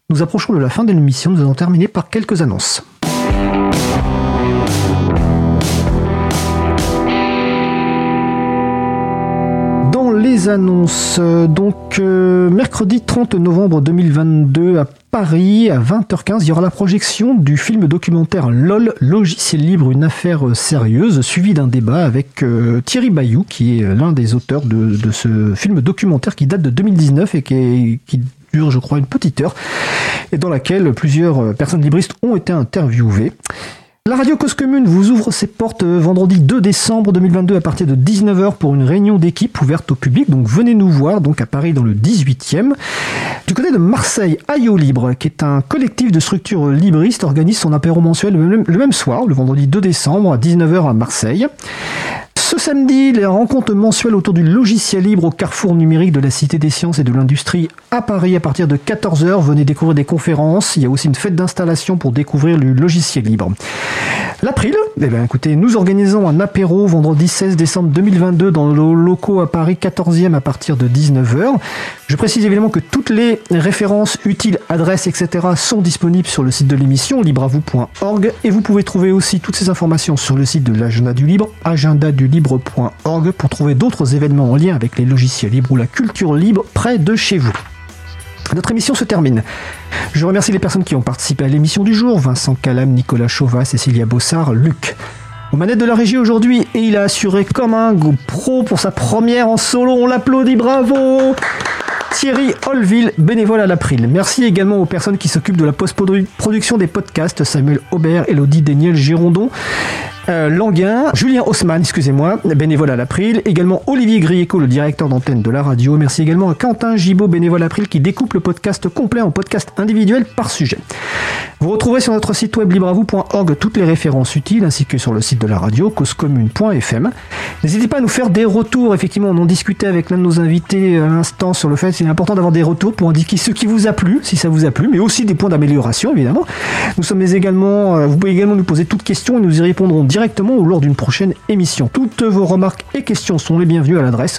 Nous approchons de la fin de l'émission, nous allons terminer par quelques annonces. Dans les annonces, mercredi 30 novembre 2022 à Paris, à 20h15, il y aura la projection du film documentaire LOL, logiciel libre, une affaire sérieuse, suivi d'un débat avec Thierry Bayou, qui est l'un des auteurs de ce film documentaire qui date de 2019 et qui dure, je crois, une petite heure, et dans laquelle plusieurs personnes libristes ont été interviewées. La radio Cause Commune vous ouvre ses portes vendredi 2 décembre 2022 à partir de 19h pour une réunion d'équipe ouverte au public. Donc venez nous voir, donc à Paris dans le 18e. Du côté de Marseille, Ayo Libre, qui est un collectif de structures libristes, organise son apéro mensuel le même soir, le vendredi 2 décembre à 19h à Marseille. Ce samedi, les rencontres mensuelles autour du logiciel libre au carrefour numérique de la Cité des Sciences et de l'Industrie à Paris à partir de 14h. Venez découvrir des conférences. Il y a aussi une fête d'installation pour découvrir le logiciel libre. L'April, écoutez, nous organisons un apéro vendredi 16 décembre 2022 dans nos locaux à Paris 14e à partir de 19h. Je précise évidemment que toutes les références utiles, adresses, etc. sont disponibles sur le site de l'émission, libreavou.org, et vous pouvez trouver aussi toutes ces informations sur le site de l'Agenda du Libre, agendadulibre.org, pour trouver d'autres événements en lien avec les logiciels libres ou la culture libre près de chez vous. Notre émission se termine. Je remercie les personnes qui ont participé à l'émission du jour, Vincent Calam, Nicolas Chauvat, Cécilia Bossard, Luc. Aux manettes de la régie aujourd'hui, et il a assuré comme un pro pour sa première en solo, on l'applaudit, bravo! Thierry Holville, bénévole à l'April. Merci également aux personnes qui s'occupent de la post-production des podcasts, Samuel Aubert, Elodie Daniel Girondon, Languin, Julien Haussmann, bénévole à l'April. Également Olivier Grieco, le directeur d'antenne de la radio. Merci également à Quentin Gibaud, bénévole à l'April, qui découpe le podcast complet en podcast individuel par sujet. Vous retrouvez sur notre site web libreavou.org toutes les références utiles, ainsi que sur le site de la radio, causecommune.fm. N'hésitez pas à nous faire des retours. Effectivement, on en discutait avec l'un de nos invités à l'instant sur le fait qu'il est important d'avoir des retours pour indiquer ce qui vous a plu, si ça vous a plu, mais aussi des points d'amélioration, évidemment. Vous pouvez également nous poser toutes questions et nous y répondrons directement ou lors d'une prochaine émission. Toutes vos remarques et questions sont les bienvenues à l'adresse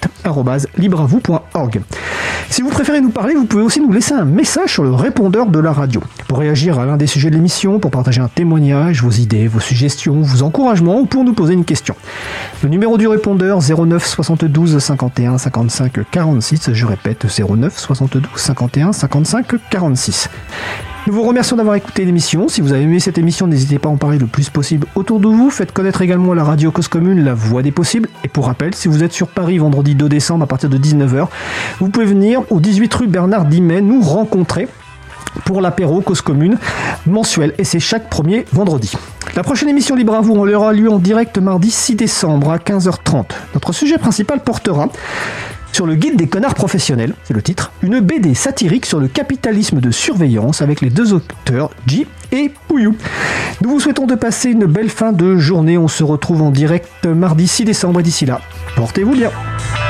contact@libreavou.org. Si vous préférez nous parler, vous pouvez aussi nous laisser un message sur le répondeur de la radio. Pour réagir à l'un des sujets de l'émission, pour partager un témoignage, vos idées, vos suggestions, vos encouragements ou pour nous poser une question. Le numéro du répondeur 09 72 51 55 46, je répète 09 72 51 55 46. Nous vous remercions d'avoir écouté l'émission. Si vous avez aimé cette émission, n'hésitez pas à en parler le plus possible autour de vous. Faites connaître également à la radio Cause Commune la voix des possibles. Et pour rappel, si vous êtes sur Paris vendredi 2 décembre à partir de 19h, vous pouvez venir au 18 rue Bernard Dimet nous rencontrer pour l'apéro Cause Commune mensuel, et c'est chaque premier vendredi. La prochaine émission Libre à vous, on aura lieu en direct mardi 6 décembre à 15h30. Notre sujet principal portera sur le guide des connards professionnels, c'est le titre, une BD satirique sur le capitalisme de surveillance avec les deux auteurs J et Pouillou. Nous vous souhaitons de passer une belle fin de journée. On se retrouve en direct mardi 6 décembre et d'ici là, portez-vous bien.